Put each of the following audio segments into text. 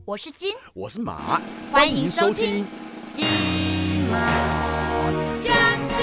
我是金， 我是马， 欢迎收听金马奖。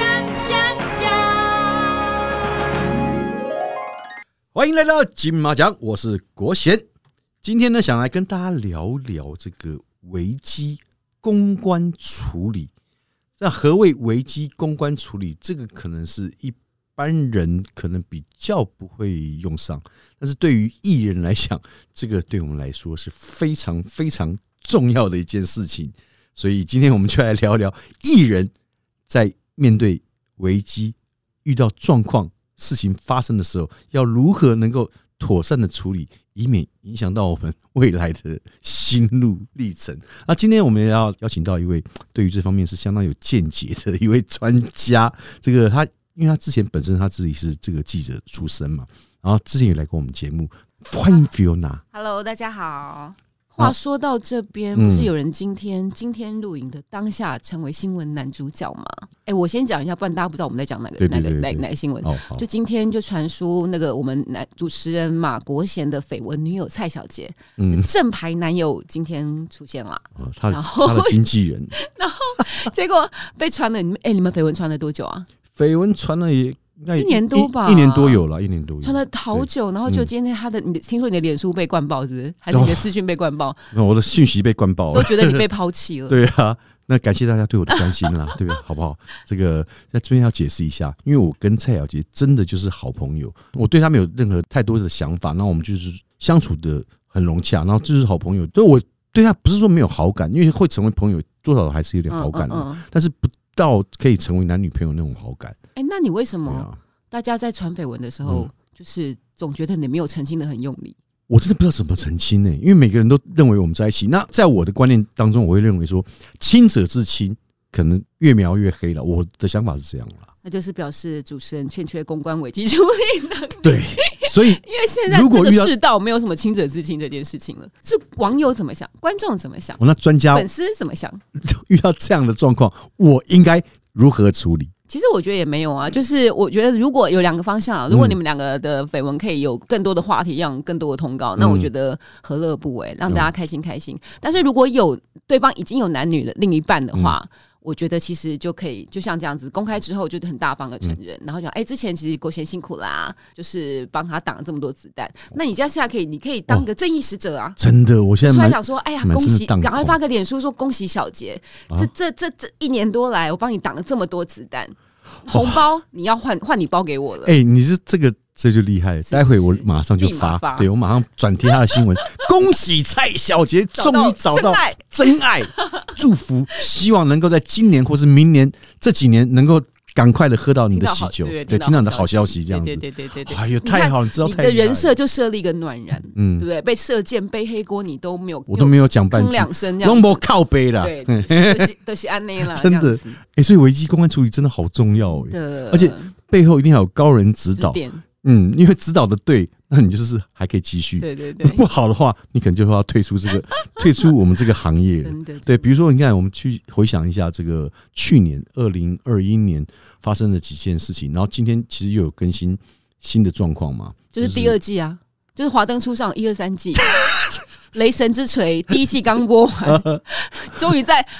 欢迎来到金马奖，我是国贤。今天呢，想来跟大家聊聊这个危机公关处理。那何谓危机公关处理？这个可能是一般人可能比较不会用上，但是对于艺人来讲，这个对我们来说是非常非常重要的一件事情。所以今天我们就来聊聊艺人在面对危机、遇到状况、事情发生的时候，要如何能够妥善的处理，以免影响到我们未来的心路历程。那今天我们要邀请到一位对于这方面是相当有见解的一位专家。这个他，因为他之前本身他自己是这个记者出身嘛，然后之前也来过我们节目。欢迎 Fiona。Hello， 大家好。话说到这边，不是有人今天录影的当下成为新闻男主角吗？我先讲一下，不然大家不知道我们在讲哪个新闻。就今天就传出那个我们主持人马国贤的绯闻女友蔡小姐，正牌男友今天出现了， 他的经纪人， 然后结果被传了。你们绯闻传了多久啊？ 绯闻传了也。 1年多吧， 一年多有了，1年多传了好久，然后就今天听说你的脸书被灌爆，是不是？还是你的私讯被灌爆？ 我的讯息被灌爆了， 都觉得你被抛弃了。 对啊，那感谢大家对我的关心啦，对不对？好不好？这个在这边要解释一下，因为我跟蔡小姐真的就是好朋友，我对她没有任何太多的想法，那我们就是相处的很融洽，然后就是好朋友。所以我对她不是说没有好感，因为会成为朋友，多少还是有点好感的，但是不到可以成为男女朋友那种好感。 那你为什么大家在传绯闻的时候，就是总觉得你没有澄清的很用力？ 我真的不知道怎么澄清因为每个人都认为我们在一起。那在我的观念当中，我会认为说，亲者自亲，可能越描越黑了。我的想法是这样啦。 那就是表示主持人欠缺公关危机处理能力。 对，所以因为现在这个世道没有什么亲者自亲这件事情了，是网友怎么想，观众怎么想， 那专家、 粉丝怎么想？ 遇到这样的状况，我应该如何处理？ 其实我觉得也没有啊，就是我觉得如果有2个方向，如果你们2个的绯闻可以有更多的话题，让更多的通告，那我觉得何乐不为，让大家开心开心。但是如果有对方已经有男女的另一半的话，我觉得其实就可以，就像这样子，公开之后就很大方的承认，然后讲，之前其实国贤辛苦啦，就是帮他挡了这么多子弹。那你现在你可以当个正义使者啊！ 真的，我现在出来想说，恭喜，赶快发个脸书说恭喜小杰，这1年多来，我帮你挡了这么多子弹，红包你要换你包给我了。 你是这就厉害了，待会我马上就发，对，我马上转贴他的新闻。恭喜蔡小杰终于找到真爱，祝福，希望能够在今年或是明年这几年能够赶快的喝到你的喜酒，对，听到你的好消息，这样子， 对， 哎呦，太好了，你知道， 你的人设就设立一个暖男，对不对？被射箭、背黑锅，你都没有， 我都没有讲半句 ，2声这样， 都没靠背啦， 对，都是安内啦， 真的，所以危机公关处理真的好重要， 而且背后一定要有高人指导。因为指导的对，那你就是还可以继续。 对， 不好的话，你可能就要退出我们这个行业了。对，比如说，你看，我们去回想一下这个去年2021年发生的几件事情，然后今天其实又有更新新的状况嘛， 就是第2季啊，就是华灯初上1、2、3季。雷神之锤第1季刚播完，终于在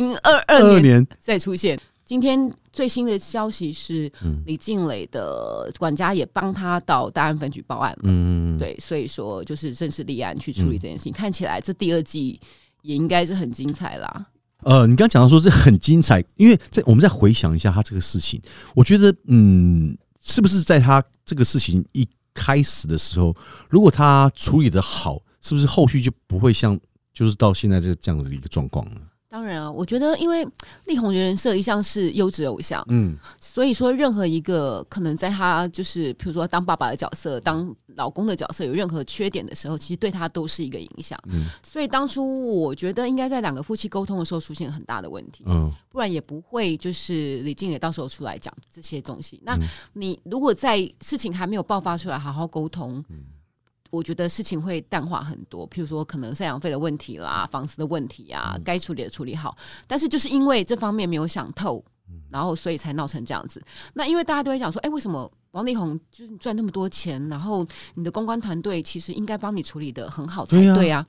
2022年再出现。今天最新的消息是，李静蕾的管家也帮他到大安分局报案了。对，所以说就是正式立案去处理这件事情。看起来这第2季也应该是很精彩啦。 你刚刚讲到说这很精彩，因为我们再回想一下他这个事情，我觉得是不是在他这个事情一开始的时候，如果他处理的好，是不是后续就不会像就是到现在这样的一个状况呢？ 当然啊，我觉得因为力宏的人设一向是优质偶像，所以说任何一个可能在他就是比如说当爸爸的角色、当老公的角色有任何缺点的时候，其实对他都是一个影响。所以当初我觉得应该在2个夫妻沟通的时候出现很大的问题，不然也不会就是李静蕾到时候出来讲这些东西。那你如果在事情还没有爆发出来，好好沟通。我觉得事情会淡化很多，譬如说可能赡养费的问题啦、房子的问题啊，该处理的处理好。但是就是因为这方面没有想透，然后所以才闹成这样子。那因为大家都会讲说，为什么王力宏就是赚那么多钱，然后你的公关团队其实应该帮你处理的很好才对啊。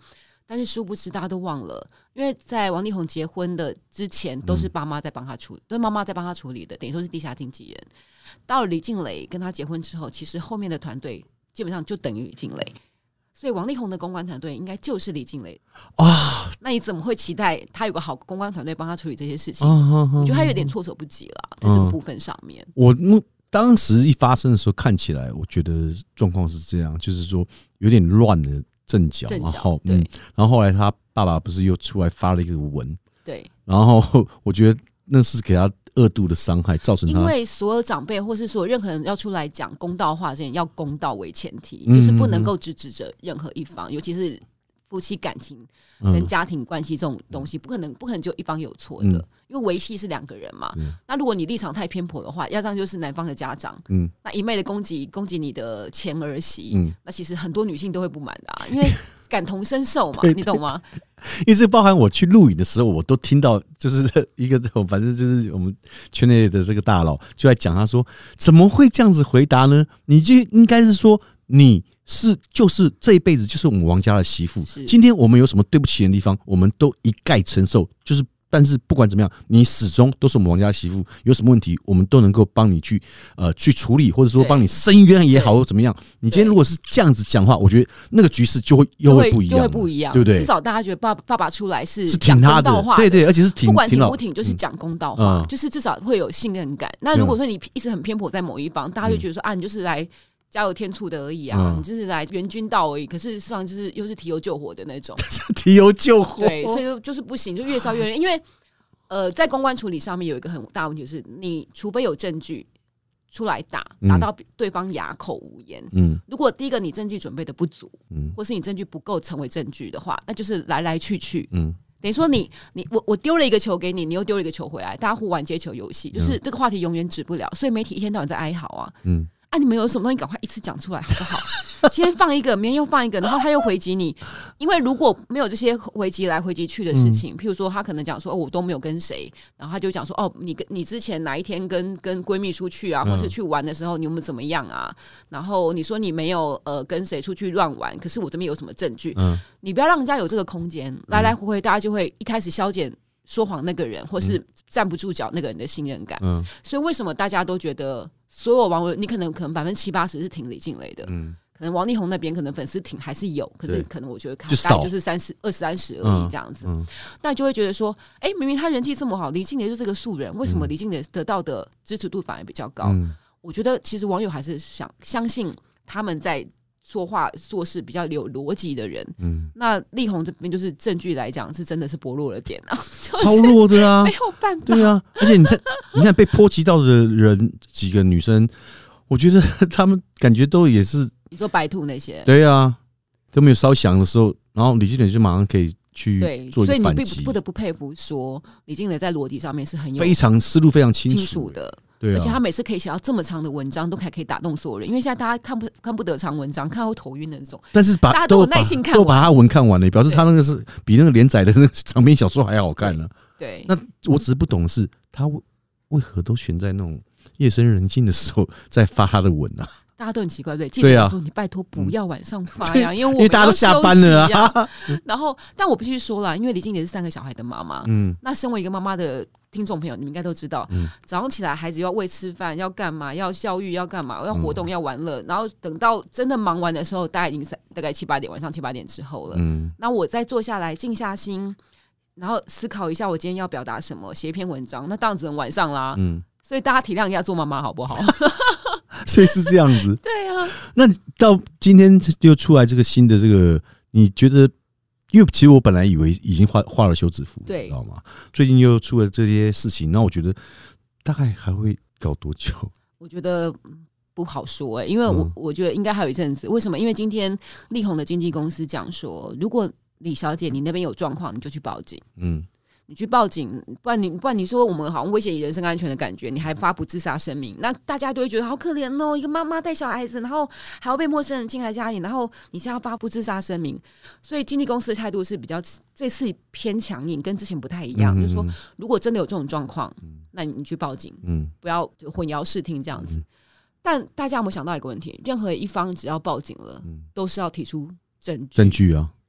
但是殊不知大家都忘了，因为在王力宏结婚的之前都是爸妈在帮他处理，都是妈妈在帮他处理的，等于说是地下经纪人。到了李静蕾跟他结婚之后，其实后面的团队基本上就等于李静蕾，所以王力宏的公关团队应该就是李静蕾啊。那你怎么会期待他有个好公关团队帮他处理这些事情？我觉得他有点措手不及了，在这个部分上面。 我当时一发生的时候，看起来我觉得状况是这样，就是说有点乱的阵脚，然后后来他爸爸不是又出来发了一个文， 对， 然后我觉得那是给他2度的伤害，造成他因为所有长辈或是说任何人要出来讲公道话，这要公道为前提，就是不能够只指着任何一方，尤其是夫妻感情跟家庭关系这种东西，不可能就一方有错的，因为维系是2个人嘛。那如果你立场太偏颇的话，要这样就是男方的家长，那一昧的攻击你的前儿媳，那其实很多女性都会不满的啊，因为感同身受嘛，你懂吗？ 因为这包含我去录影的时候，我都听到，就是一个反正就是我们圈内的这个大佬就在讲，他说怎么会这样子回答呢？你就应该是说你就是这一辈子就是我们王家的媳妇，今天我们有什么对不起的地方，我们都一概承受，就是但是不管怎么样，你始终都是我们王家的媳妇，有什么问题我们都能够帮你去处理，或者说帮你伸冤也好，或怎么样。你今天如果是这样子讲话，我觉得那个局势就会不一样， 就会不一样， 对不对？ 至少大家觉得爸爸出来是挺他的，对，而且是不管挺不挺，就是讲公道话，就是至少会有信任感。那如果说你一直很偏颇在某一方，大家就觉得说你就是来加油添醋的而已啊，你就是来援军道而已。可是事实上就是又是提油救火的那种， 提油救火， 对，所以就是不行，就越烧越烈。因为在公关处理上面有一个很大的问题，就是你除非有证据出来打到对方哑口无言。如果第一个你证据准备的不足，或是你证据不够成为证据的话，那就是来来去去。等于说我丢了一个球给你，你又丢了一个球回来，大家互玩接球游戏，就是这个话题永远止不了。所以媒体一天到晚在哀嚎啊。你们有什么东西赶快一次讲出来好不好？今天放一个，明天又放一个，然后他又回击你。因为如果没有这些回击来回击去的事情，譬如说他可能讲说我都没有跟谁，然后他就讲说你之前哪一天跟闺蜜出去啊，或是去玩的时候你有没有怎么样啊？然后你说你没有跟谁出去乱玩，可是我这边有什么证据？你不要让人家有这个空间，来来回回大家就会一开始消减说谎那个人，或是站不住脚那个人的信任感。所以为什么大家都觉得所有网友，你可能70%-80%是挺李静蕾的，可能王力宏那边可能粉丝挺还是有，可是可能我觉得大概就是20-30而已这样子。但就会觉得说，明明他人气这么好，李静蕾就是个素人，为什么李静蕾得到的支持度反而比较高？我觉得其实网友还是相信他们在说话做事比较有逻辑的人。那力宏这边就是证据来讲是真的是薄弱了点啊， 超弱的啊， 没有办法。 对啊，而且你看被波及到的人几个女生，我觉得他们感觉都也是， 你说白兔那些， 对啊，都没有烧响的时候，然后李静蕾就马上可以去做一个反击。 所以你不得不佩服说李静蕾在逻辑上面是很有思路非常清楚的。 对啊， 而且他每次可以写到这么长的文章，都还可以打动所有人。因为现在大家看不得长文章，看到会头晕的那种。 但是大家都有耐心看完， 都把他文看完了，表示他那个是比那个连载的那个长篇小说还好看呢。 对， 那我只是不懂的是，他为何都选在那种夜深人静的时候在发他的文啊？ 大家都很奇怪，对记者说：“你拜托不要晚上发呀，因为大家都下班了啊。” 然后，但我必须说啦，因为李静蕾是3个小孩的妈妈，那身为一个妈妈的听众朋友，你们应该都知道，早上起来孩子要喂吃饭，要干嘛，要教育，要干嘛，要活动，要玩乐，然后等到真的忙完的时候，大概已经大概7-8点，晚上7-8点之后了。那我再坐下来，静下心，然后思考一下我今天要表达什么，写一篇文章，那当然只能晚上啦。所以大家体谅一下做妈妈好不好？ 所以是这样子。 对啊。 那到今天又出来这个新的这个，你觉得？因为其实我本来以为已经画了休止符， 对， 知道吗？最近又出了这些事情，那我觉得大概还会搞多久？ 我觉得不好说因为我觉得应该还有一阵子。为什么？因为今天力宏的经纪公司讲说，如果李小姐你那边有状况，你就去报警。你去报警，不然你说我们好像威胁你人身安全的感觉，你还发布自杀声明，那大家都会觉得好可怜哦，一个妈妈带小孩子，然后还要被陌生人进来家里，然后你现在要发布自杀声明，所以经纪公司的态度是比较这次偏强硬，跟之前不太一样，就是说如果真的有这种状况，那你去报警，不要就混淆视听这样子。但大家有没有想到一个问题？任何一方只要报警了，都是要提出证据啊。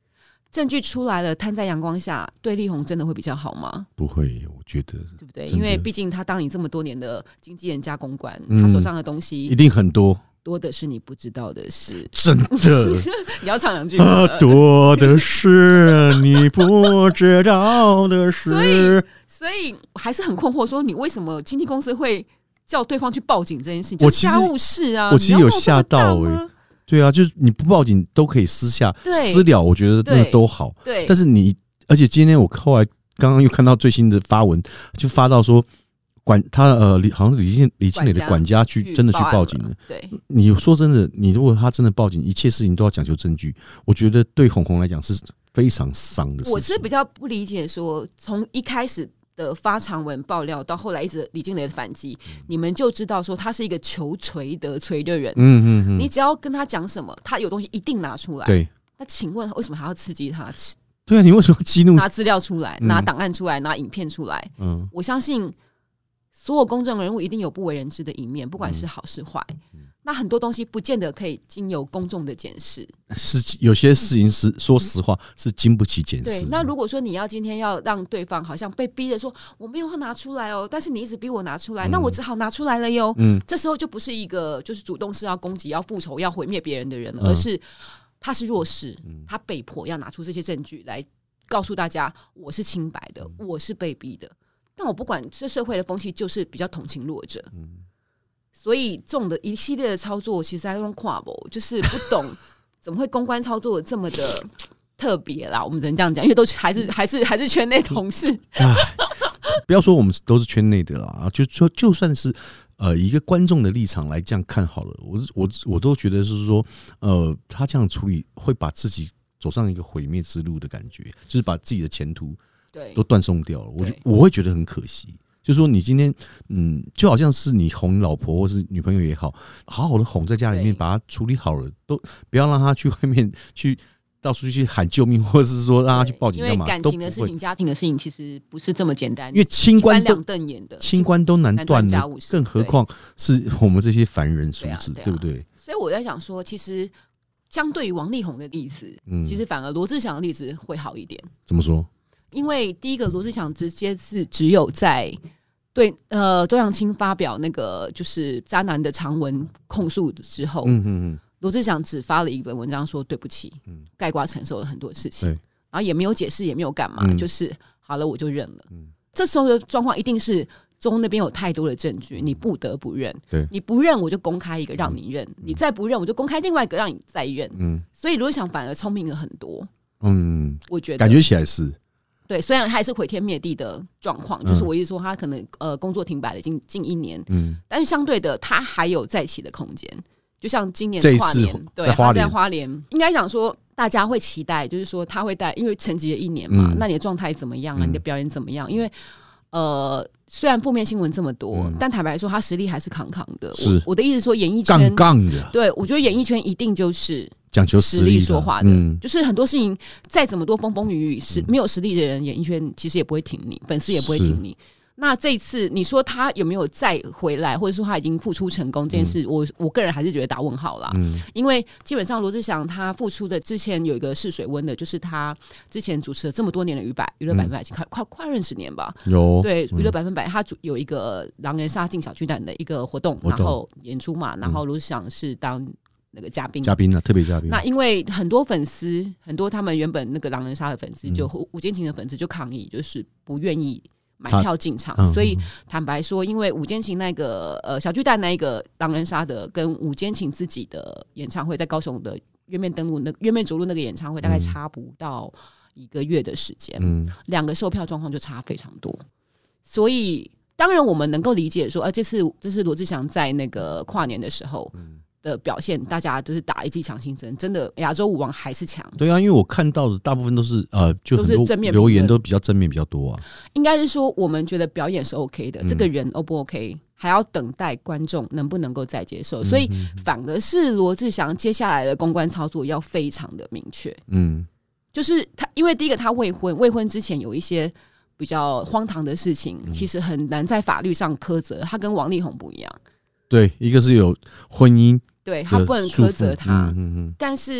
证据出来了，摊在阳光下，对力宏真的会比较好吗？ 不会，我觉得对不对？因为毕竟他当你这么多年的经纪人加公关， 他手上的东西一定很多。 多的是你不知道的事， 真的。 你要唱两句。 多的是你不知道的事。 所以还是很困惑，说你为什么经纪公司会叫对方去报警这件事情？就是家务事啊， 我其实有吓到对啊，就是你不报警都可以私下私了，我觉得那个都好。 对， 但是而且今天我后来刚刚又看到最新的发文，就发到说。他好像李庆磊的管家真的去报警了。 对， 你说真的，你如果他真的报警，一切事情都要讲求证据，我觉得对红红来讲是非常伤的事情。 我是比较不理解说，从一开始的发长文爆料到后来一直李庆磊的反击，你们就知道说他是一个求锤得锤的人。你只要跟他讲什么，他有东西一定拿出来。 对， 那请问为什么还要刺激他？ 对啊，你为什么激怒？ 拿资料出来，拿档案出来，拿影片出来。我相信。所有公众人物一定有不为人知的一面，不管是好是坏。那很多东西不见得可以经由公众的检视， 是有些事情是说实话是经不起检视。 对，那如果说你要今天要让对方好像被逼着说我没有要拿出来哦，但是你一直逼我拿出来，那我只好拿出来了哟。这时候就不是一个就是主动是要攻击、要复仇、要毁灭别人的人，而是他是弱势，他被迫要拿出这些证据来告诉大家我是清白的，我是被逼的。但我不管，这社会的风气就是比较同情弱者，所以这种的一系列的操作，其实在用跨博，就是不懂怎么会公关操作这么的特别啦。我们只能这样讲，因为都还是圈内同事。 不要说我们都是圈内的啦，就算是一个观众的立场来这样看好了，我都觉得是说，他这样处理会把自己走上一个毁灭之路的感觉，就是把自己的前途。都断送掉了，我会觉得很可惜。就是说，你今天，就好像是你哄你老婆或是女朋友也好，好好的哄在家里面，把她处理好了，都不要让她去外面去到处去喊救命，或者是说让她去报警干嘛？ 因为感情的事情、家庭的事情，其实不是这么简单。 因为清官都两瞪眼的， 清官都难断了，更何况是我们这些凡人俗子，对不对？ 所以我在想说，其实相对于王力宏的例子，其实反而罗志祥的例子会好一点。 怎么说？ 因为第一个罗志祥直接是只有在对周扬青发表那个就是渣男的长文控诉之后，罗志祥只发了一本文章说对不起，概括承受了很多事情，然后也没有解释，也没有干嘛，就是好了我就认了。这时候的状况一定是中那边有太多的证据，你不得不认。你不认我就公开一个让你认，你再不认我就公开另外一个让你再认。所以罗志祥反而聪明了很多。我觉得感觉起来是。 对，虽然他还是毁天灭地的状况，就是我一直说他可能工作停摆了近1年，但是相对的他还有再起的空间。就像今年跨年，对，他在花莲，应该讲说大家会期待，就是说他会带，因为沉寂了1年嘛，那你的状态怎么样啊？你的表演怎么样？因为虽然负面新闻这么多，但坦白说，他实力还是扛的。我的意思说，演艺圈杠的， 对，我觉得演艺圈一定就是讲求实力说话的，就是很多事情再怎么多风风雨雨，没有实力的人，演艺圈其实也不会挺你，粉丝也不会挺你。那这一次你说他有没有再回来，或者说他已经复出成功这件事，我个人还是觉得打问号啦。因为基本上罗志祥他复出的之前有一个试水温的，就是他之前主持了这么多年的娱乐100%，快20年吧。 有对娱乐100%，他有一个狼人杀进小巨蛋的一个活动，然后演出嘛，然后罗志祥是当那个嘉宾啊，特别嘉宾。 那因为很多粉丝，很多他们原本那个狼人杀的粉丝，就吴坚情的粉丝就抗议，就是不愿意买票进场，所以坦白说，因为吴坚情那个小巨蛋那一个狼人杀的，跟吴坚情自己的演唱会在高雄的月面着陆那个演唱会，大概差不到1个月的时间，2个售票状况就差非常多。所以当然我们能够理解说，这次罗志祥在那个跨年的时候的表现，大家都是打一剂强心针，真的亚洲舞王还是强。 对啊，因为我看到的大部分都是就很多留言都比较正面比较多啊。 应该是说我们觉得表演是 OK 的，这个人 O 不 OK 还要等待观众能不能够再接受，所以反而是罗志祥接下来的公关操作要非常的明确。就是他，因为第一个他未婚之前有一些比较荒唐的事情，其实很难在法律上苛责。他跟王力宏不一样。对， 一个是有婚姻， 对他不能苛责他，但是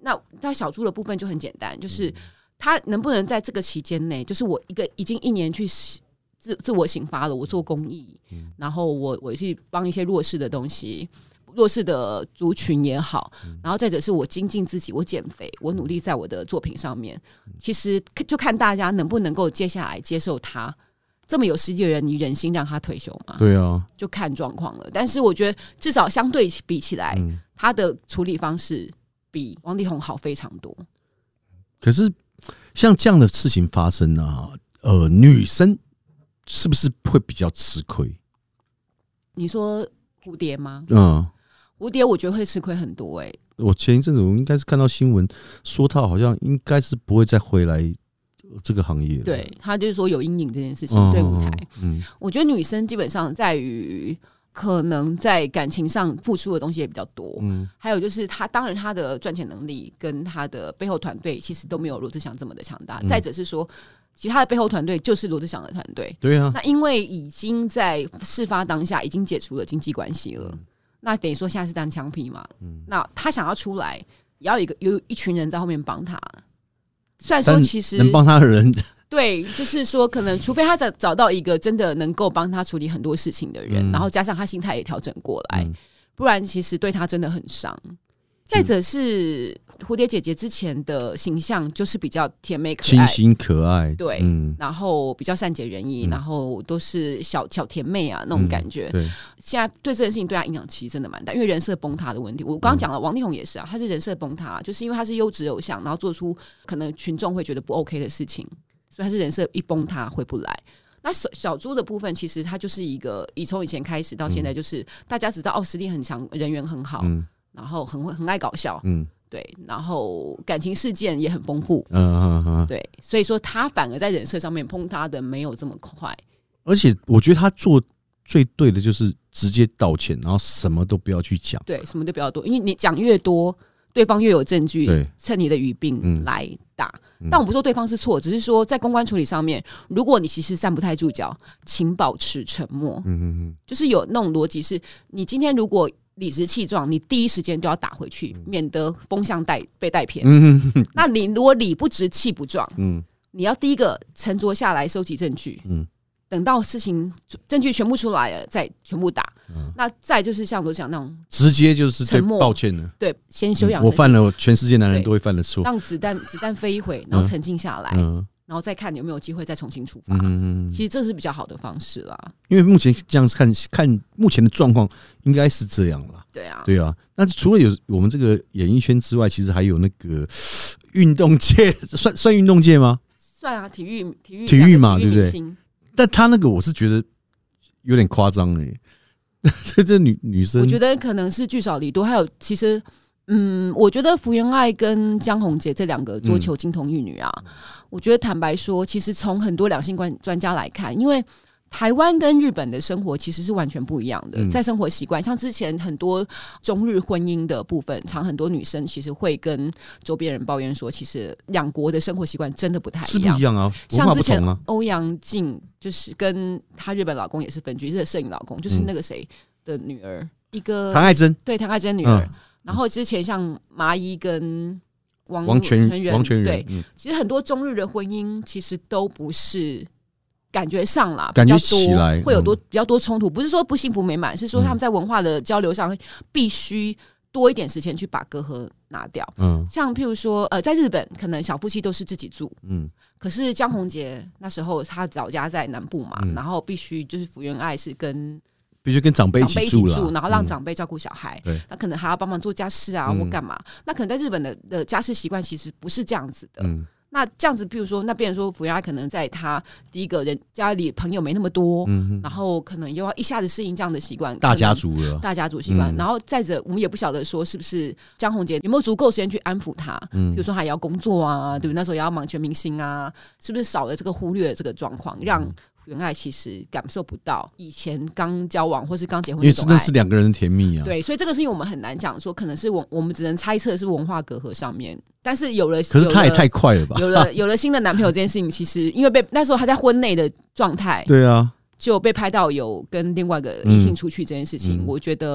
那小猪的部分就很简单，就是他能不能在这个期间内，就是我已经1年去自我省发了，我做公益，然后我去帮一些弱势的东西。弱势的族群也好，然后再者是我精进自己，我减肥，我努力在我的作品上面。其实就看大家能不能够接下来接受他这么有实力的人，你忍心让他退休吗？ 对啊， 就看状况了。但是我觉得至少相对比起来，他的处理方式比王力宏好非常多。 可是像这样的事情发生啊，女生是不是会比较吃亏？ 你说蝴蝶吗？蝴蝶我觉得会吃亏很多我前一阵子我应该是看到新闻说他好像应该是不会再回来这个行业了。 对，他就是说有阴影这件事情，对舞台。我觉得女生基本上在于可能在感情上付出的东西也比较多，还有就是他当然他的赚钱能力跟他的背后团队其实都没有罗志祥这么的强大。再者是说，其实他的背后团队就是罗志祥的团队。 对啊， 那因为已经在事发当下已经解除了经济关系了，那等于说现在是单枪匹马。那他想要出来，也要有一群人在后面帮他。虽然说其实能帮他的人， 对，就是说可能除非他找到一个真的能够帮他处理很多事情的人，然后加上他心态也调整过来，不然其实对他真的很伤。再者是蝴蝶姐姐之前的形象就是比较甜美可爱、 清新可爱， 对，然后比较善解人意，然后都是小甜妹啊那种感觉。 对， 现在对这件事情对他影响其实真的蛮大，因为人设崩塌的问题。我刚刚讲了，王力宏也是啊，他是人设崩塌，就是因为他是优质偶像，然后做出可能群众会觉得不 OK 的事情，所以他是人设一崩塌回不来。那小猪的部分，其实他就是一个从以前开始到现在，就是大家知道实力很强，人缘很好。然后很爱搞笑，对，然后感情事件也很丰富，对，所以说他反而在人设上面崩塌的没有这么快。 而且我觉得他做最对的就是直接道歉，然后什么都不要去讲， 对，什么都不要多，因为你讲越多，对方越有证据，趁你的语病来打。但我不说对方是错，只是说在公关处理上面，如果你其实站不太住脚，请保持沉默。就是有那种逻辑是，你今天如果理直气壮，你第一时间都要打回去，免得风向被带偏。那你如果理不直气不壮，你要第一个沉着下来收集证据，等到事情证据全部出来了再全部打。那再就是像我讲那种直接就是对抱歉了， 对，先修养。 我犯了全世界男人都会犯的错， 让子弹飞一回，然后沉静下来。然后再看有没有机会再重新出发，其实这是比较好的方式啦。因为目前这样看目前的状况，应该是这样啦。对啊。那除了有我们这个演艺圈之外，其实还有那个运动界，算运动界吗？ 算啊，体育嘛， 对不对？但他那个我是觉得有点夸张这女生， 我觉得可能是聚少离多，还有其实。我觉得福原爱跟江宏杰这两个桌球金童玉女啊，我觉得坦白说，其实从很多两性专家来看，因为台湾跟日本的生活其实是完全不一样的，在生活习惯，像之前很多中日婚姻的部分，很多女生其实会跟周边人抱怨说，其实两国的生活习惯真的不太一样， 是不一样啊。 像之前欧阳靖就是跟她日本老公也是分居，是摄影老公，就是那个谁的女儿，一个唐爱珍， 对，唐爱珍女儿。然后之前像麻衣跟王全仁，对，其实很多中日的婚姻其实都不是感觉上啦， 感觉起来会有比较多冲突，不是说不幸福美满，是说他们在文化的交流上必须多一点时间去把隔阂拿掉。像譬如说在日本可能小夫妻都是自己住，可是江宏杰那时候他老家在南部嘛，然后必须就是福原爱是必须跟长辈一起住了， 然后让长辈照顾小孩，那可能还要帮忙做家事啊，或干嘛。那可能在日本的家事习惯其实不是这样子的。那这样子，比如说，那变成说福原爱可能在他第一个人家里朋友没那么多，然后可能又要一下子适应这样的习惯， 大家族习惯。然后再者，我们也不晓得说是不是江宏杰有没有足够时间去安抚他，比如说他也要工作啊，对不对？那时候也要忙全明星啊，是不是少了这个忽略了这个状况，让原爱其实感受不到以前刚交往或是刚结婚那种爱， 因为真的是两个人的甜蜜啊。 对，所以这个是因为我们很难讲说，可能是我们只能猜测是文化隔阂上面。但是可是他也太快了吧？ 有了新的男朋友这件事情，其实因为那时候他在婚内的状态， 对啊， 就被拍到有跟另外一个异性出去这件事情，我觉得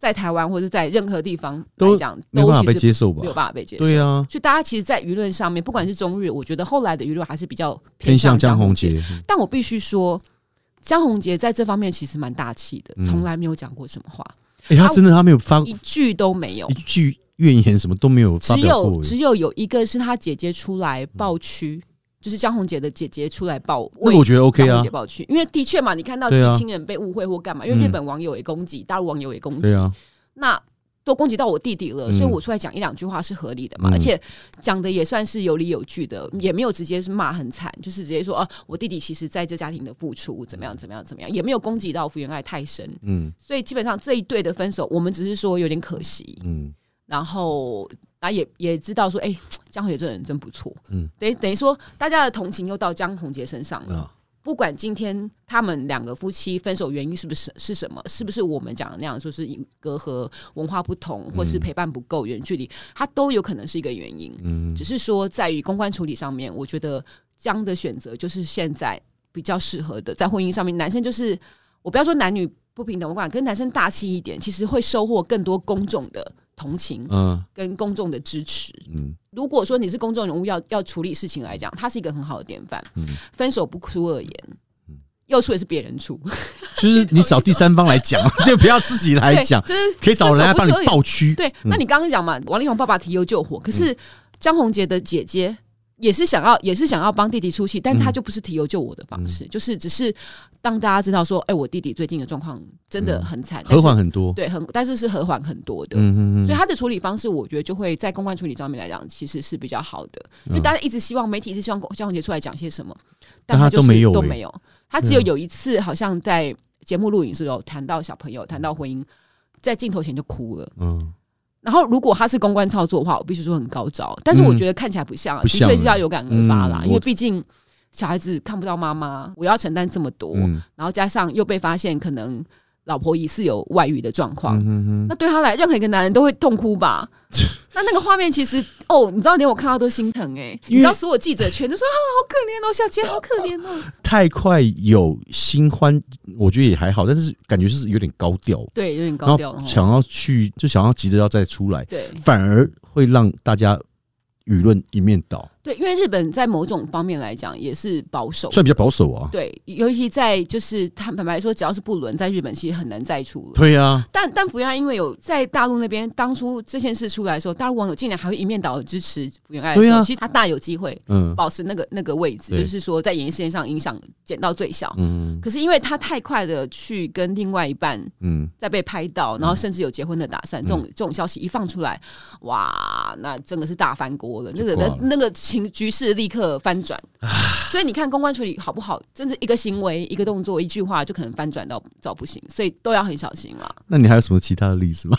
在台湾或者在任何地方来讲， 没有办法被接受吧？ 没有办法被接受。 对啊， 所以大家其实，在舆论上面，不管是中日，我觉得后来的舆论还是比较偏向江宏杰。 杰。 但我必须说，江宏杰在这方面其实蛮大气的，从来没有讲过什么话。 他真的他没有发一句都没有， 一句怨言什么都没有发表过。 只有一个是他姐姐出来爆区。就是江宏杰的姐姐出来爆， 那个我觉得 OK 啊， 江宏杰爆区，因为的确嘛，你看到自己亲人被误会或干嘛，因为日本网友也攻击，大陆网友也攻击，那都攻击到我弟弟了，所以我出来讲一两句话是合理的嘛，而且讲的也算是有理有据的，也没有直接是骂很惨，就是直接说我弟弟其实在这家庭的付出怎么样怎么样怎么样，也没有攻击到福原爱太深，所以基本上这一对的分手，我们只是说有点可惜，然后也知道说，江宏杰这个人真不错，等于说大家的同情又到江宏杰身上了。不管今天他们两个夫妻分手原因是什么，是不是我们讲的那样，说是隔阂、文化不同，或是陪伴不够、远距离，它都有可能是一个原因。只是说在于公关处理上面，我觉得江的选择就是现在比较适合的，在婚姻上面，男生就是我不要说男女不平等，我管跟男生大气一点，其实会收获更多公众的同情，跟公众的支持。如果说你是公众人物要处理事情来讲，他是一个很好的典范。分手不出恶言，又出也是别人出， 就是你找第三方来讲，就不要自己来讲， 就是可以找人来帮你爆区。 对，那你刚刚讲嘛，王力宏爸爸提油救火，可是江宏杰的姐姐。也是想要帮弟弟出气，但他就不是提油救我的方式，就是只是当大家知道说，我弟弟最近的状况真的很惨， 和缓很多， 对，但是和缓很多的，所以他的处理方式，我觉得就会在公关处理上面来讲，其实是比较好的，因为大家一直希望媒体是希望江宏杰出来讲些什么，但他就是都没有，他只有一次好像在节目录影时有谈到小朋友，谈到婚姻，在镜头前就哭了，然后，如果他是公关操作的话，我必须说很高招，但是我觉得看起来不像，的确是要有感而发啦，因为毕竟小孩子看不到妈妈，我要承担这么多，然后加上又被发现可能老婆疑似有外遇的状况，那对他来，任何一个男人都会痛哭吧？那个画面其实你知道，连我看到都心疼你知道，所有记者全都说好可怜哦，小杰好可怜哦。太快有新欢，我觉得也还好，但是感觉就是有点高调， 对，有点高调， 想要急着要再出来， 对， 反而会让大家舆论一面倒。 对，因为日本在某种方面来讲也是保守， 算比较保守啊。 对，尤其在就是坦白来说，只要是不伦，在日本其实很难再出了。 对啊， 但福原爱因为有在大陆那边，当初这件事出来的时候，大陆网友竟然还会一面倒的支持福原爱的时候，其实他大有机会保持那个位置，就是说在演艺事件上影响减到最小。可是因为他太快的去跟另外一半再被拍到，然后甚至有结婚的打算，这种消息一放出来，哇，那真的是大翻锅了。那个局势立刻翻转，所以你看公关处理好不好，真是一个行为、一个动作、一句话就可能翻转到不行，所以都要很小心啦。 那你还有什么其他的例子吗？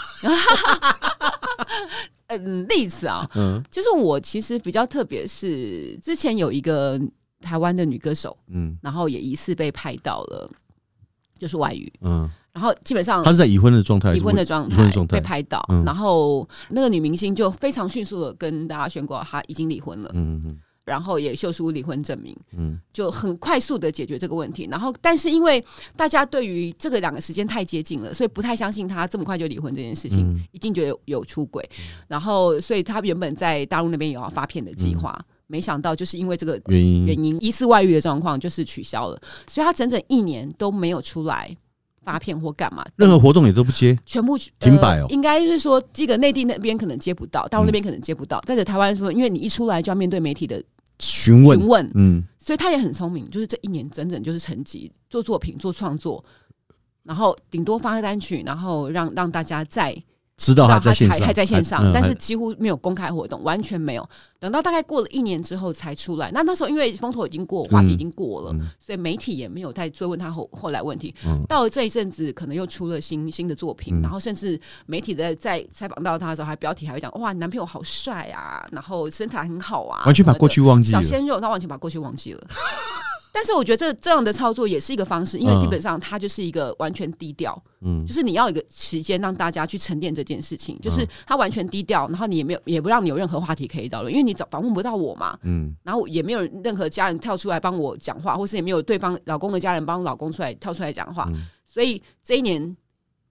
例子啊，就是我其实比较特别是之前有一个台湾的女歌手，然后也疑似被拍到了，就是外遇，然后基本上她是在已婚的状态， 已婚的状态被拍到，然后那个女明星就非常迅速的跟大家宣告她已经离婚了，然后也秀出离婚证明，就很快速的解决这个问题。然后，但是因为大家对于这个两个时间太接近了，所以不太相信她这么快就离婚这件事情，一定觉得有出轨。然后，所以她原本在大陆那边有要发片的计划。没想到就是因为这个原因，疑似外遇的状况就是取消了，所以他整整1年都没有出来发片或干嘛， 任何活动也都不接， 全部停摆哦。 应该是说，这个内地那边可能接不到，大陆那边可能接不到。再者，台湾说，因为你一出来就要面对媒体的询问，所以他也很聪明，就是这1年整整就是沉寂做作品、做创作，然后顶多发个单曲，然后让大家在。 知道他在线上， 还在线上，但是几乎没有公开活动，完全没有。等到大概过了1年之后才出来。那时候因为风头已经过，话题已经过了，所以媒体也没有再追问他后来问题。到了这一阵子，可能又出了新的作品，然后甚至媒体在采访到他的时候，还标题还会讲：哇，男朋友好帅啊，然后身材很好啊， 完全把过去忘记了， 小鲜肉，他完全把过去忘记了。但是我觉得这样的操作也是一个方式，因为基本上它就是一个完全低调，就是你要有一个时间让大家去沉淀这件事情，就是它完全低调，然后你也不让你有任何话题可以讨论，因为你访问不到我嘛，然后也没有任何家人跳出来帮我讲话，或是也没有对方老公的家人帮老公跳出来讲话，所以这1年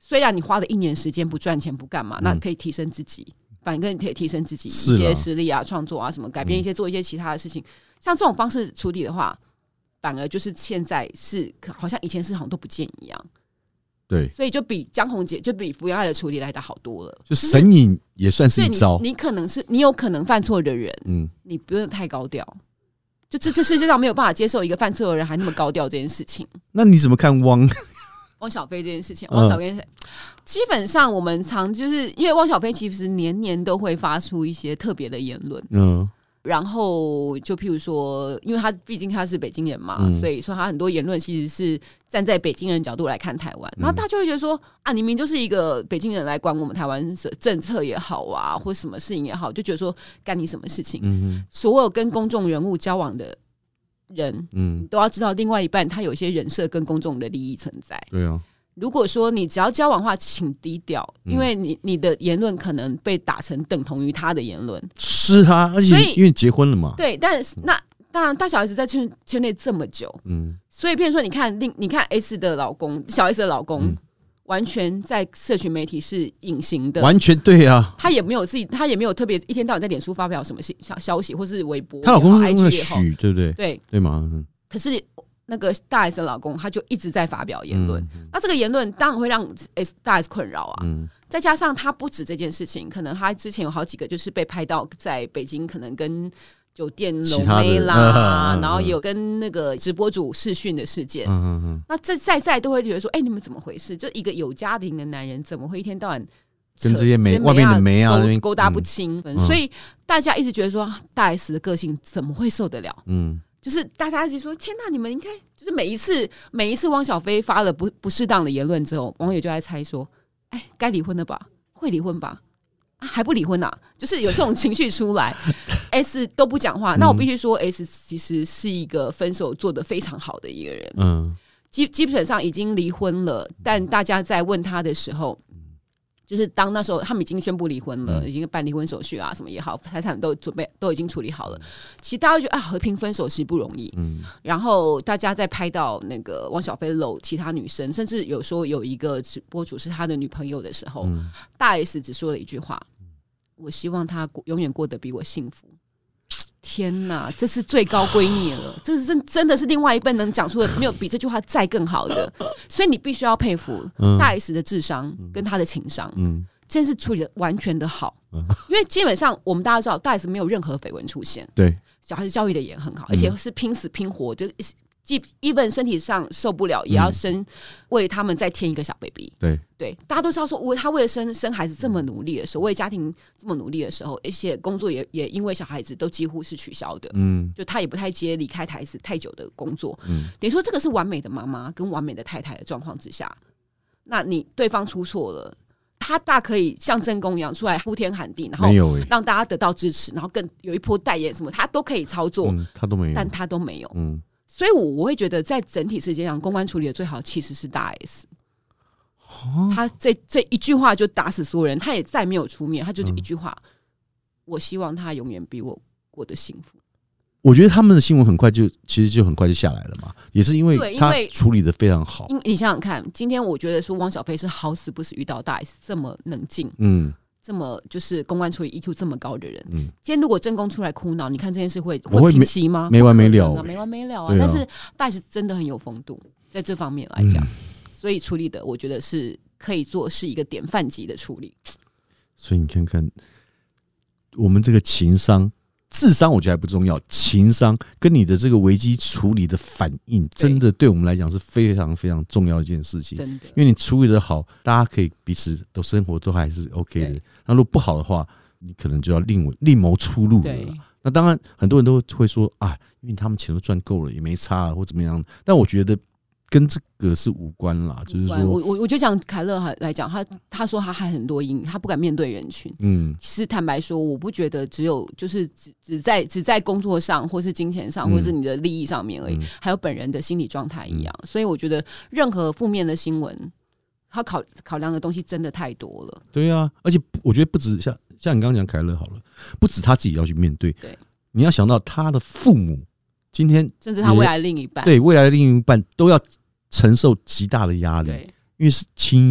虽然你花了1年时间不赚钱不干嘛，那可以提升自己，反正可以提升自己一些实力啊、创作啊什么，改变一些做一些其他的事情。像这种方式处理的话，反而就是现在是好像以前是好像都不见一样。 对， 所以就比江宏杰就比福原爱的处理来的好多了。 就神隐也算是一招。 你可能是你有可能犯错的人，你不用太高调。就这世界上没有办法接受一个犯错的人还那么高调这件事情。 那你怎么看汪小菲这件事情？汪小菲基本上我们就是因为汪小菲其实年年都会发出一些特别的言论，然后就譬如说，因为他毕竟他是北京人嘛，所以说他很多言论其实是站在北京人角度来看台湾，然后大家就会觉得说啊，你明明就是一个北京人来管我们台湾政策也好啊，或什么事情也好，就觉得说干你什么事情？所有跟公众人物交往的人，你都要知道，另外一半他有一些人设跟公众的利益存在。 对啊。 如果说你只要交往的话，请低调，因为你的言论可能被打成等同于他的言论。是啊，而且因为结婚了嘛。 对，但是那当然，大小 S 在圈内这么久，所以，譬如说，你看 S 的老公，小 S 的老公，完全在社群媒体是隐形的， 完全对啊。 他也没有特别一天到晚在脸书发表什么消息，或是微博。 她老公是那个许，对不对？ 对吗？ 可是那个大 S 的老公他就一直在发表言论，那这个言论当然会让大 S 困扰啊。再加上他不止这件事情，可能他之前有好几个就是被拍到在北京，可能跟酒店龙妹啦，然后也有跟那个直播主视讯的事件。那这在都会觉得说，你们怎么回事？就一个有家庭的男人，怎么会一天到晚跟这些外面的妹啊勾搭不清？所以大家一直觉得说，大 S 的个性怎么会受得了？就是大家一直说天哪，你们应该就是每一次汪小菲发了不适当的言论之后，网友就在猜说，该离婚了吧？会离婚吧？还不离婚啊？就是有这种情绪出来，S 都不讲话。那我必须说 ，S 其实是一个分手做得非常好的一个人。基本上已经离婚了，但大家在问他的时候。就是当那时候他们已经宣布离婚了，已经办离婚手续啊，什么也好，财产都已经处理好了。其实大家觉得和平分手是不容易。然后大家在拍到那个汪小菲搂其他女生，甚至有说有一个直播主是他的女朋友的时候，大 S 只说了一句话：“我希望他永远过得比我幸福。”天哪，这是最高归臬了！这是真的是另外一半能讲出的，没有比这句话再更好的。所以你必须要佩服大 S 的智商跟他的情商，这件事处理的完全的好。因为基本上我们大家知道，大 S 没有任何绯闻出现， 对， 小孩子教育的也很好，而且是拼死拼活，就even 身体上受不了，也要为他们再添一个小 baby。对，大家都知道说，他为了生孩子这么努力的时候，为家庭这么努力的时候，而且工作也因为小孩子都几乎是取消的。就他也不太接离开台子太久的工作。等于说这个是完美的妈妈跟完美的太太的状况之下，那你对方出错了。他大可以像正宫一样出来呼天喊地，然后让大家得到支持，然后更有一波代言什么，他都可以操作， 他都没有， 但他都没有。所以我会觉得，在整体世界上，公关处理的最好其实是大 S。他这一句话就打死所有人，他也再没有出面，他就一句话：我希望他永远比我过得幸福。 我觉得他们的新闻其实就很快就下来了嘛，也是因为他处理的非常好。 因为你想想看，今天我觉得说汪小菲是好死不死遇到大 S 这么冷静，这么就是公关处理 EQ 这么高的人。今天如果正宫出来哭闹，你看这件事会平息吗？ 没完没了， 没完没了啊！但是大 S 真的很有风度，在这方面来讲，所以处理的我觉得是可以做是一个典范级的处理。 所以你看看我们这个情商。智商我觉得还不重要，情商跟你的这个危机处理的反应，真的对我们来讲是非常非常重要的一件事情。 真的， 因为你处理的好，大家可以彼此都生活都还是 OK 的。那如果不好的话，你可能就要另谋出路了。那当然，很多人都会说啊，因为他们钱都赚够了，也没差或怎么样。但我觉得跟这个是无关啦，就是说， 我就讲凯乐来讲，他说他还很多阴影，他不敢面对人群。其实坦白说，我不觉得只有就是只在工作上，或是金钱上，或是你的利益上面而已，还有本人的心理状态一样。所以我觉得任何负面的新闻，他考量的东西真的太多了。 对啊，而且我觉得不止像你刚刚讲凯乐好了，不止他自己要去面对，你要想到他的父母，今天甚至他未来另一半， 对未来的另一半都要承受极大的压力，因为是亲友，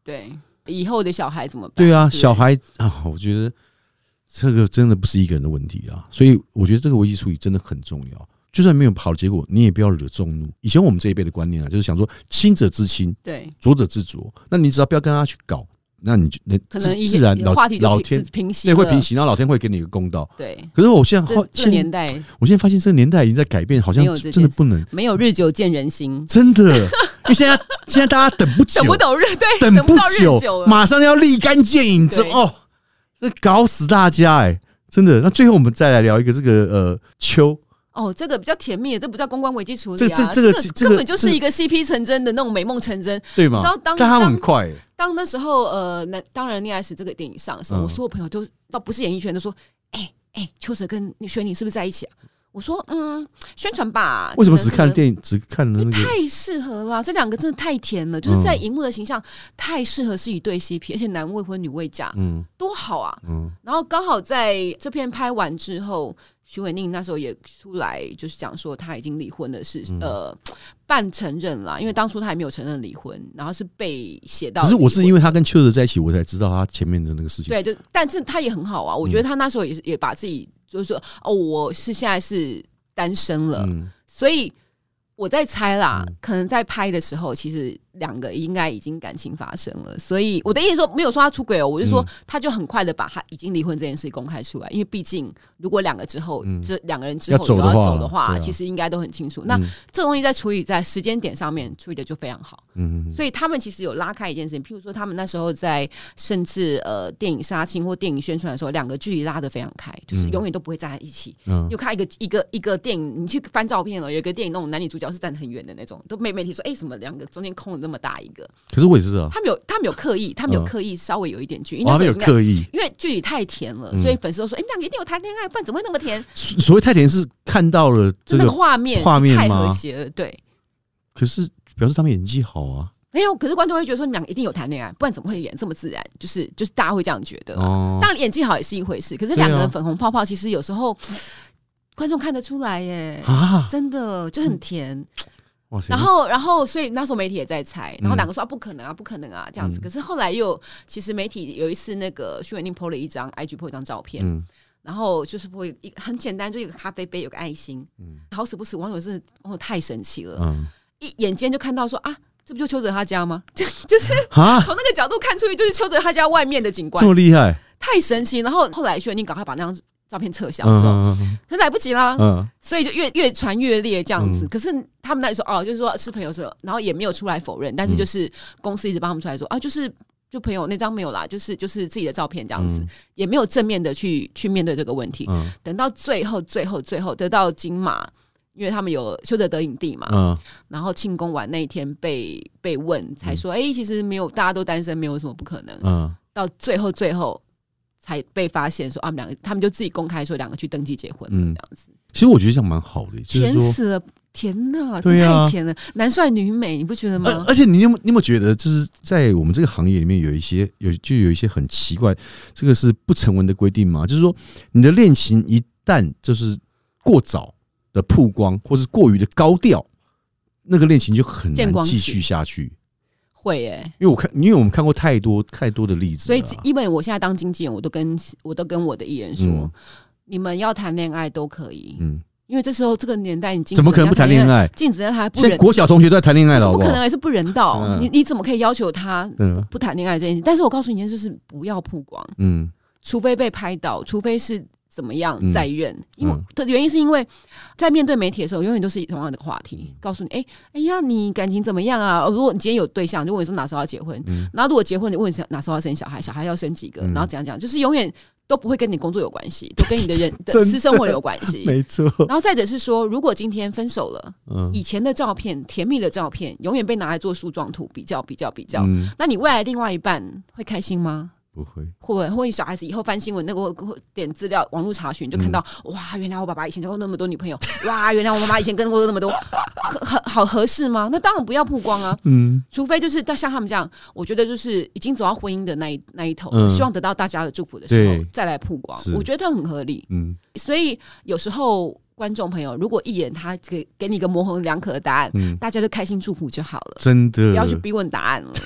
对，以后的小孩怎么办？ 对啊， 对小孩啊，我觉得这个真的不是一个人的问题啊，所以我觉得这个危机处理真的很重要。就算没有好的结果，你也不要惹众怒。以前我们这一辈的观念啊，就是想说亲者之亲， 对， 浊者之浊。那你只要不要跟他去搞，那你就可能自然话题就老天平息， 对会平息，然后老天会给你一个公道。 对。 可是我现在这个年代， 我现在发现这个年代已经在改变，好像真的不能， 没有日久见人心， 真的。因为现在大家等不久，等不久，马上要立竿见影，哦，这搞死大家真的。那最后我们再来聊一个这个秋。 哦，这个比较甜蜜的，这不叫公关危机处理啊， 这个根本就是一个 CP 成真的那种美梦成真， 对吗？ 你知道但他很快。 当那时候当然恋爱时这个电影上的时候，我所有朋友都倒不是演艺圈都说，邱泽跟轩宁是不是在一起啊？我说宣传吧。 为什么只看电影，只看那个？ 太适合了，这两个真的太甜了，就是在荧幕的形象太适合是一对 CP，而且男未婚女未嫁，多好啊！然后刚好在这片拍完之后，许瑋甯那时候也出来，就是讲说他已经离婚的是半承认啦，因为当初他还没有承认离婚，然后是被写到。可是我是因为他跟邱泽在一起，我才知道他前面的那个事情。 对，但是他也很好啊，我觉得他那时候也把自己就是说我是现在是单身了，所以我在猜啦，可能在拍的时候，其实两个应该已经感情发生了。所以我的意思说，没有说他出轨我就说他就很快的把他已经离婚这件事公开出来，因为毕竟如果两个人之后有要走的话，其实应该都很清楚。那这东西在处理在时间点上面处理的就非常好。所以他们其实有拉开一件事情，譬如说他们那时候在甚至电影杀青或电影宣传的时候，两个距离拉得非常开，就是永远都不会站在一起。有看一个电影，你去翻照片了，有一个电影那种男女主角是站得很远的那种，都媒体说什么两个中间空了那么大一个。 可是我也是啊， 他们有刻意稍微有一点距离， 他们有刻意， 因为距离太甜了，所以粉丝都说你们两个一定有谈恋爱，不然怎么会那么甜？ 所谓太甜是看到了这个画面太和谐了，对。 可是表示他们演技好啊。 没有，可是观众会觉得说你们两个一定有谈恋爱，不然怎么会演这么自然？就是大家会这样觉得。当然演技好也是一回事，可是两个人粉红泡泡，其实有时候观众看得出来耶，真的就很甜。然后，所以那时候媒体也在猜，然后两个说不可能啊，不可能啊这样子。可是后来其实媒体有一次那个许瑋甯 po 了一张 IG po 一张照片，然后就是 po 一个很简单，就一个咖啡杯有个爱心，好死不死网友真的太神奇了，一眼尖就看到说这不就邱泽他家吗？就是从那个角度看出去，就是邱泽他家外面的景观， 这么厉害， 太神奇。然后后来许瑋甯赶快把那张照片撤销的时候，可是来不及啦，所以就越传越烈这样子。可是他们那时候就是说是朋友说，然后也没有出来否认，但是就是公司一直帮他们出来说就朋友那张没有啦，就是自己的照片这样子，也没有正面的去面对这个问题。等到最后得到金马。因为他们有邱泽得影帝嘛，然后庆功完那一天被问，才说其实没有，大家都单身，没有什么不可能。到最后才被发现说他们就自己公开说两个去登记结婚了这样子。 其实我觉得这样蛮好的， 甜死了，甜的，这太甜了，男帅女美，你不觉得吗？ 而且你有没有觉得，就是在我们这个行业里面有一些很奇怪，这个是不成文的规定吗？就是说你的恋情一旦就是过早的曝光，或是过于的高调，那个恋情就很难继续下去。 会因为我们看过太多的例子， 所以因为我现在当经纪人，我都跟我的艺人说，你们要谈恋爱都可以，因为这时候这个年代，你怎么可能不谈恋爱？ 禁止他还不现在国小同学都在谈恋爱了， 不可能，也是不人道。你怎么可以要求他不谈恋爱这件事？但是我告诉你一件事，就是不要曝光，除非被拍到，除非是。怎么样在怨？因为的原因是因为在面对媒体的时候，永远都是同样的话题，告诉你，哎呀，你感情怎么样啊？如果你今天有对象，就问你说哪时候要结婚，然后如果结婚，你问哪时候要生小孩，小孩要生几个，然后怎样讲，就是永远都不会跟你工作有关系，都跟你的人的私生活有关系， 没错。 然后再者是说，如果今天分手了，以前的照片、甜蜜的照片，永远被拿来做树状图比较，那你未来另外一半会开心吗？ 不会， 或者小孩子以后翻新闻，那个点资料、网络查询，就看到哇，原来我爸爸以前交过那么多女朋友，哇，原来我妈妈以前跟过那么多，好合适吗？那当然不要曝光啊，除非就是像他们这样，我觉得就是已经走到婚姻的那一头，希望得到大家的祝福的时候再来曝光，我觉得很合理。所以有时候观众朋友，如果艺人他给你一个模棱两可的答案，大家就开心祝福就好了， 真的不要去逼问答案了。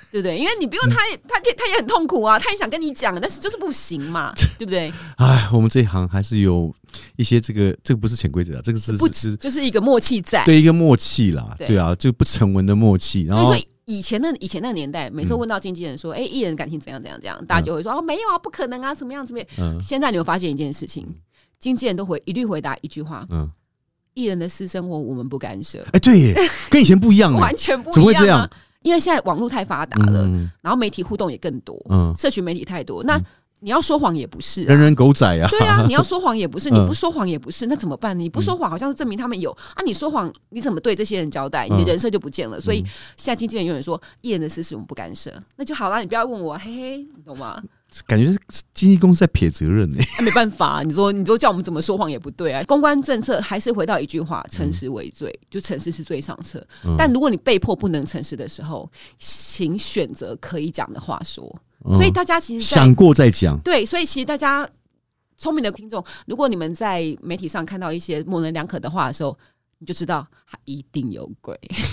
对不对？因为你不用他也很痛苦啊，他也想跟你讲，但是就是不行嘛，对不对？ 哎，我们这一行还是有一些这个不是潜规则啊，这个是就是一个默契在， 对一个默契啦，对啊，就不成文的默契。然后以前那个年代，每次问到经纪人说，艺人感情怎样，大家就会说没有啊，不可能啊，怎么样。现在你会发现一件事情，经纪人都一律回答一句话，艺人的私生活我们不干涉。 对耶，跟以前不一样， 完全不一样， 怎么会这样？ 因为现在网络太发达了，然后媒体互动也更多，社群媒体太多，那你要说谎也不是， 人人狗仔啊。 对啊，你要说谎也不是，你不说谎也不是，那怎么办？你不说谎好像是证明他们有啊，你说谎你怎么对这些人交代？你的人设就不见了。所以现在经纪人永远说艺人的私事我们不干涉，那就好啦，你不要问我，嘿嘿，你懂吗？ 感觉经纪公司在撇责任呢。 没办法，你说叫我们怎么说谎也不对啊。公关政策还是回到一句话，诚实为最，就诚实是最上策。但如果你被迫不能诚实的时候，请选择可以讲的话说。所以大家其实想过再讲， 对，所以其实大家聪明的听众，如果你们在媒体上看到一些模棱两可的话的时候，你就知道他一定有鬼。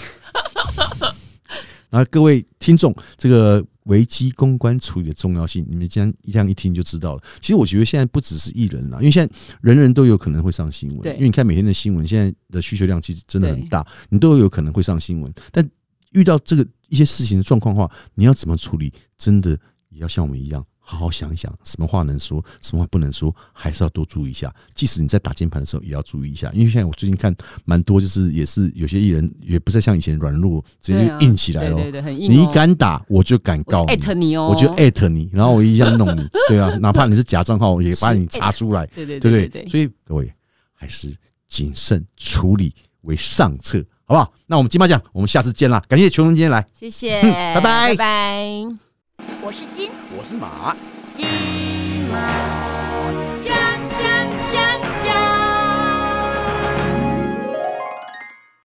然后各位听众，这个危机公关处理的重要性，你们这样一听就知道了。其实我觉得现在不只是艺人啦，因为现在人人都有可能会上新闻，因为你看每天的新闻，现在的需求量其实真的很大，你都有可能会上新闻。但遇到这个一些事情的状况的话，你要怎么处理？真的也要像我们一样，好好想一想，什么话能说，什么话不能说，还是要多注意一下。即使你在打键盘的时候，也要注意一下。因为现在我最近看蛮多，就是也是有些艺人也不再像以前软弱，直接就硬起来了。 对，很硬。 你一敢打，我就敢告你，我就艾特你，然后我一样弄你。对啊，哪怕你是假账号，也把你查出来，对不对？所以各位还是谨慎处理为上策，好不好？那我们金马奖，我们下次见啦！感谢琼蓉今天来， 谢谢， 拜拜， 拜拜。 我是金， 我是马， 金马。